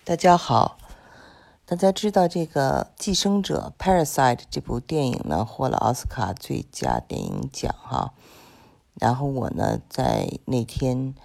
大家好，大家知道这个《寄生者》（Parasite） 这部电影呢，获了奥斯卡最佳电影奖哈。然后我呢，在那天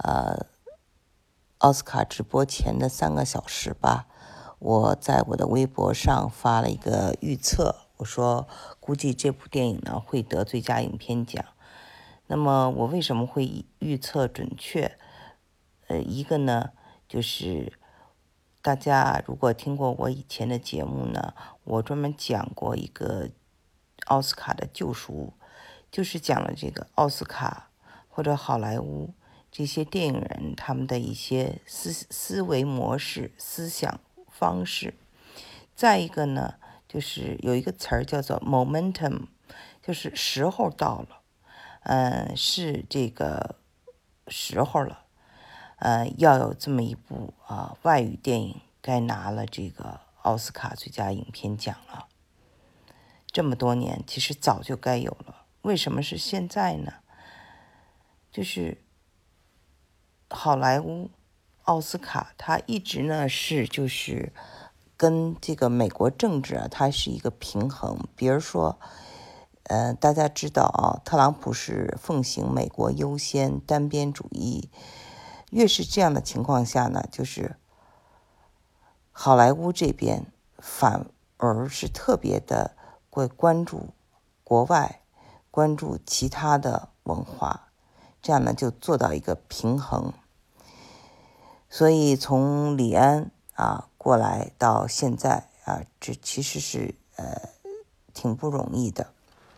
奥斯卡直播前的3个小时吧，我在我的微博上发了一个预测，我说估计这部电影呢会得最佳影片奖。那么我为什么会预测准确？一个呢就是大家如果听过我以前的节目呢，我专门讲过一个奥斯卡的救赎，就是讲了这个奥斯卡或者好莱坞这些电影人他们的一些思维模式、思想方式。再一个呢，就是有一个词儿叫做 momentum， 就是时候到了，是这个时候了。要有这么一部外语电影该拿了这个奥斯卡最佳影片奖了。这么多年其实早就该有了，为什么是现在呢？就是好莱坞奥斯卡它一直呢就是跟这个美国政治它是一个平衡。比如说大家知道特朗普是奉行美国优先单边主义，越是这样的情况下呢，就是好莱坞这边反而是特别的会关注国外，关注其他的文化，这样呢就做到一个平衡。所以从李安过来到现在这其实是挺不容易的。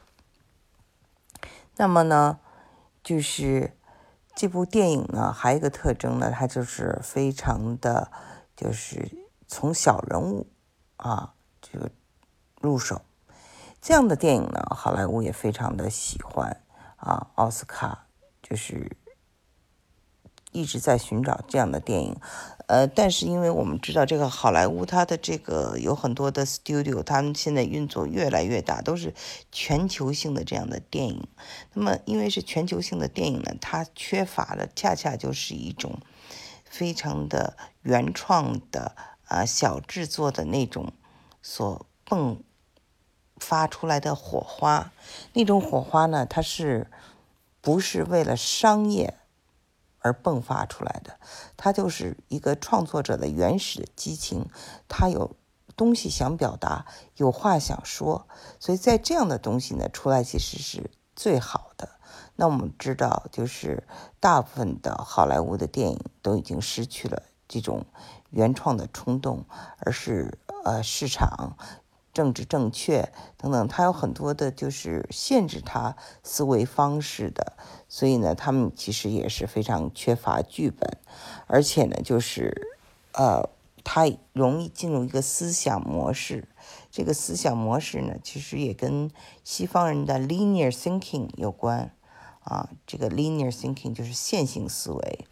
那么呢，就是这部电影呢，还有一个特征呢，它就是非常的，就是从小人物这个入手。这样的电影呢，好莱坞也非常的喜欢奥斯卡就是一直在寻找这样的电影。但是因为我们知道这个好莱坞它的这个有很多的 studio， 他们现在运作越来越大，都是全球性的这样的电影。那么因为是全球性的电影呢，它缺乏的恰恰就是一种非常的原创的小制作的那种所迸发出来的火花。那种火花呢，它是不是为了商业而迸发出来的？它就是一个创作者的原始的激情，他有东西想表达，有话想说，所以在这样的东西呢出来其实是最好的。那我们知道，就是大部分的好莱坞的电影都已经失去了这种原创的冲动，而是市场、政治正确等等，它有很多的就是限制它思维方式的，所以呢，他们其实也是非常缺乏剧本，而且呢，就是它容易进入一个思想模式。这个思想模式呢，其实也跟西方人的 linear thinking 有关这个 linear thinking 就是线性思维。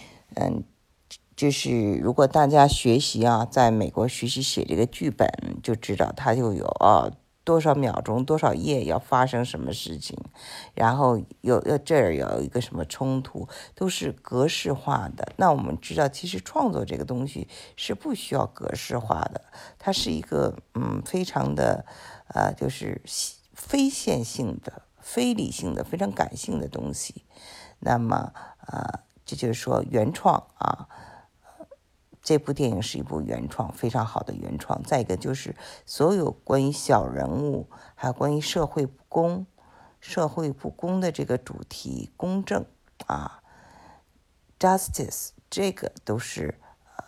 就是如果大家学习在美国学习写这个剧本，就知道它就有多少秒钟多少页要发生什么事情，然后这儿有一个什么冲突，都是格式化的。那我们知道其实创作这个东西是不需要格式化的，它是一个非常的就是非线性的、非理性的、非常感性的东西。那么这就是说原创这部电影是一部原创，非常好的原创。再一个就是所有关于小人物，还有关于社会不公的这个主题，公正justice， 这个都是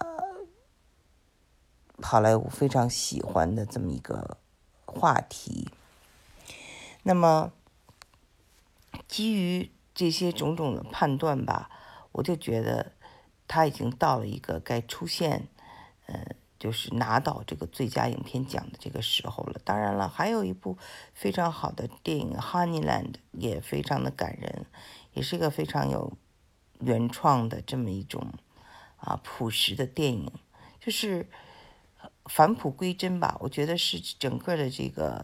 好莱坞非常喜欢的这么一个话题。那么基于这些种种的判断吧，我就觉得他已经到了一个该出现就是拿到这个最佳影片奖的这个时候了。当然了，还有一部非常好的电影《Honeyland》也非常的感人，也是一个非常有原创的这么一种朴实的电影，就是返璞归真吧。我觉得是整个的这个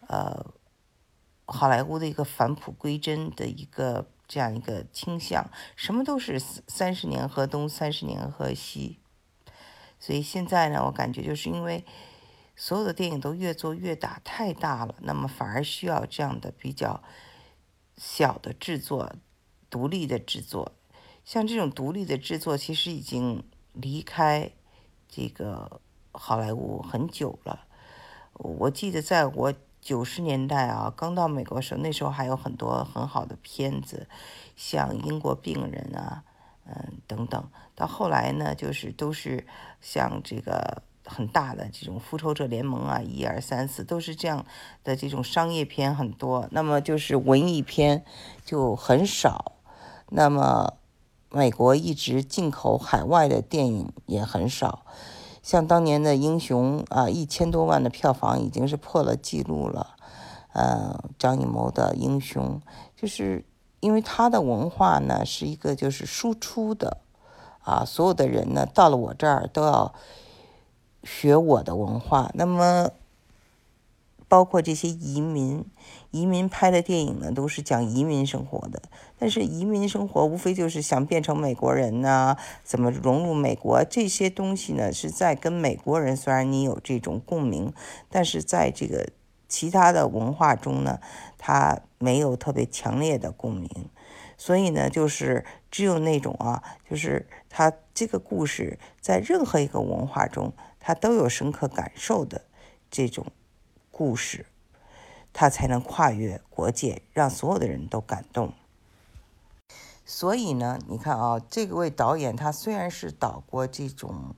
好莱坞的一个返璞归真的一个这样一个倾向，什么都是30年河东，30年河西。 所以现在呢，我感觉就是因为所有的电影都越做越大，太大了，那么反而需要这样的比较小的制作，独立的制作。像这种独立的制作，其实已经离开这个好莱坞很久了。我记得在我90年代啊，刚到美国的时候，那时候还有很多很好的片子，像《英国病人》啊，等等。到后来呢，就是都是像这个很大的这种《复仇者联盟》啊，1、2、3、4都是这样的这种商业片很多，那么就是文艺片就很少。那么美国一直进口海外的电影也很少，像当年的《英雄》啊，1000多万的票房已经是破了记录了。张艺谋的《英雄》，就是因为他的文化呢是一个就是输出的啊，所有的人呢到了我这儿都要学我的文化。那么包括这些移民拍的电影呢，都是讲移民生活的。但是移民生活无非就是想变成美国人呐，怎么融入美国，这些东西呢是在跟美国人，虽然你有这种共鸣，但是在这个其他的文化中呢，它没有特别强烈的共鸣。所以呢，就是只有那种啊，就是它这个故事在任何一个文化中，它都有深刻感受的这种故事，它才能跨越国界，让所有的人都感动。所以呢，你看啊，这位导演他虽然是导过这种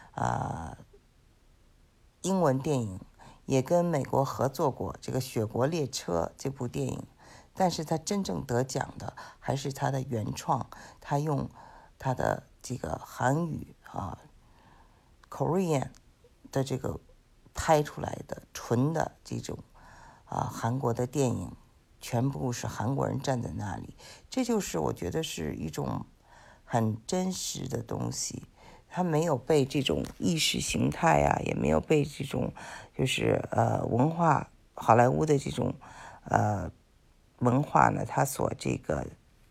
英文电影，也跟美国合作过这个《雪国列车》这部电影，但是他真正得奖的还是他的原创，他用他的这个韩语Korean 的这个拍出来的纯的这种韩国的电影，全部是韩国人站在那里，这就是我觉得是一种很真实的东西。他没有被这种意识形态啊，也没有被这种就是文化好莱坞的这种文化呢，他所这个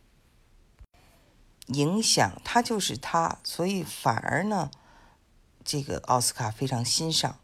影响，他就是他，所以反而呢，这个奥斯卡非常欣赏。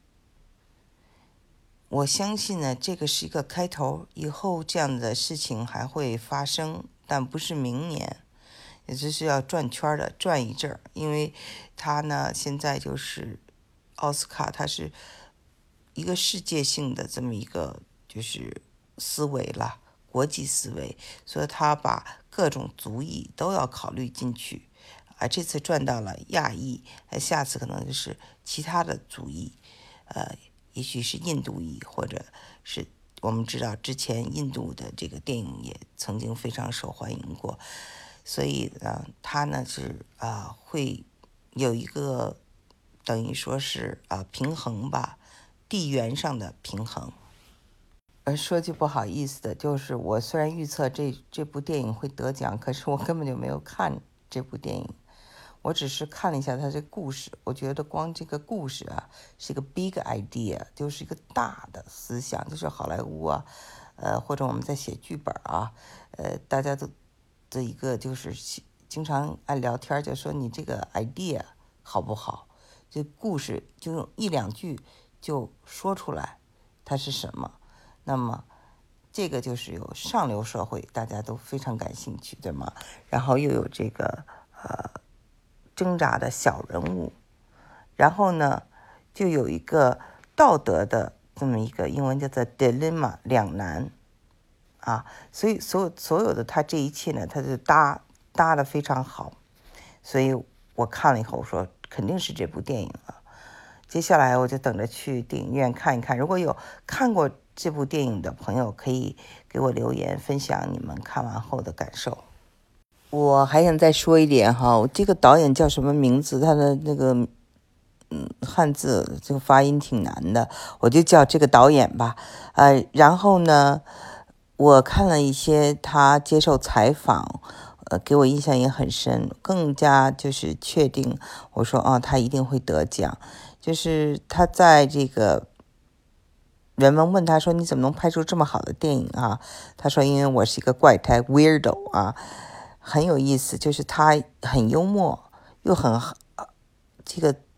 我相信呢，这个是一个开头，以后这样的事情还会发生，但不是明年。也就是要转圈的转一阵儿，因为他呢现在就是奥斯卡，它是一个世界性的这么一个就是思维啦，国际思维，所以他把各种族裔都要考虑进去这次转到了亚裔，下次可能就是其他的族裔，也许是印度裔，或者是我们知道之前印度的这个电影也曾经非常受欢迎过。所以他呢是会有一个等于说是平衡吧，地缘上的平衡。说句不好意思的，就是我虽然预测这部电影会得奖，可是我根本就没有看这部电影，我只是看了一下它这个故事。我觉得光这个故事是一个 big idea， 就是一个大的思想，就是好莱坞或者我们在写剧本大家都的一个就是经常爱聊天，就说你这个 idea 好不好？这故事就用1、2句就说出来，它是什么？那么这个就是有上流社会，大家都非常感兴趣，对吗？然后又有这个挣扎的小人物，然后呢，就有一个道德的这么一个英文叫做 dilemma 两难。所以所有的他这一切呢，他就搭得非常好，所以我看了以后，我说肯定是这部电影了。接下来我就等着去电影院看一看。如果有看过这部电影的朋友，可以给我留言分享你们看完后的感受。我还想再说一点这个导演叫什么名字？他的那个汉字这个发音挺难的，我就叫这个导演吧。然后呢，我看了一些他接受采访，给我印象也很深，更加就是确定，我说他一定会得奖。就是他在这个人们问他说你怎么能拍出这么好的电影他说因为我是一个怪胎 weirdo 很有意思，就是他很幽默又很这个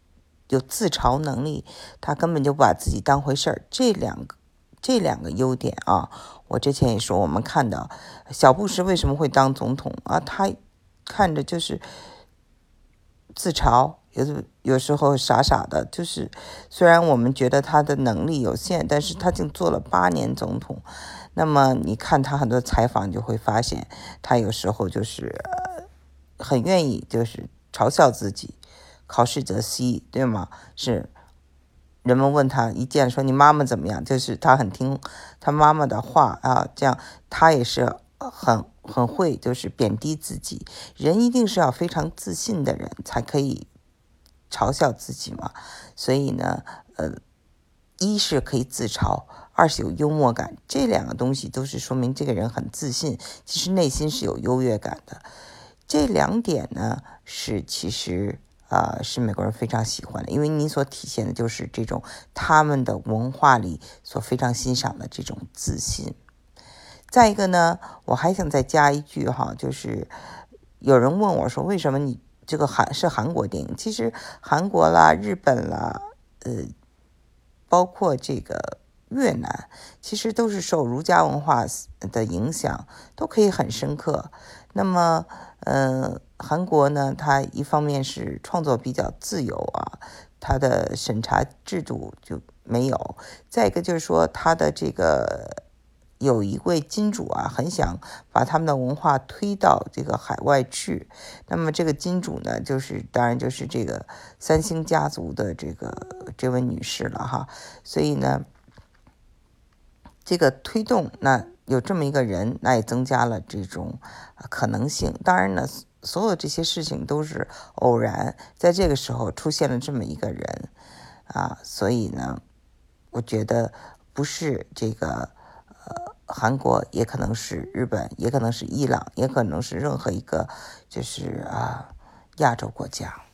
有自嘲能力，他根本就不把自己当回事儿。这两个优点啊，我之前也说，我们看到小布什为什么会当总统啊？他看着就是自嘲，有时候傻傻的，就是虽然我们觉得他的能力有限，但是他竟做了8年总统。那么你看他很多采访，就会发现他有时候就是很愿意就是嘲笑自己，考试则西，对吗？是人们问他一见说你妈妈怎么样，就是他很听他妈妈的话啊，这样他也是很会就是贬低自己。人一定是要非常自信的人才可以嘲笑自己嘛。所以呢，一是可以自嘲，二是有幽默感，这2个东西都是说明这个人很自信，其实内心是有优越感的。这2点呢，其实是美国人非常喜欢的，因为你所体现的就是这种他们的文化里所非常欣赏的这种自信。再一个呢，我还想再加一句哈，就是有人问我说，为什么你这个是韩国电影？其实韩国啦、日本啦，包括这个越南，其实都是受儒家文化的影响，都可以很深刻。那么，韩国呢，它一方面是创作比较自由啊，它的审查制度就没有；再一个就是说，它的这个有一位金主啊，很想把他们的文化推到这个海外去。那么这个金主呢，当然就是这个三星家族的这位女士了哈。所以呢，这个推动，那有这么一个人，那也增加了这种可能性。当然呢，所有这些事情都是偶然，在这个时候出现了这么一个人啊，所以呢，我觉得不是这个韩国，也可能是日本，也可能是伊朗，也可能是任何一个就是亚洲国家。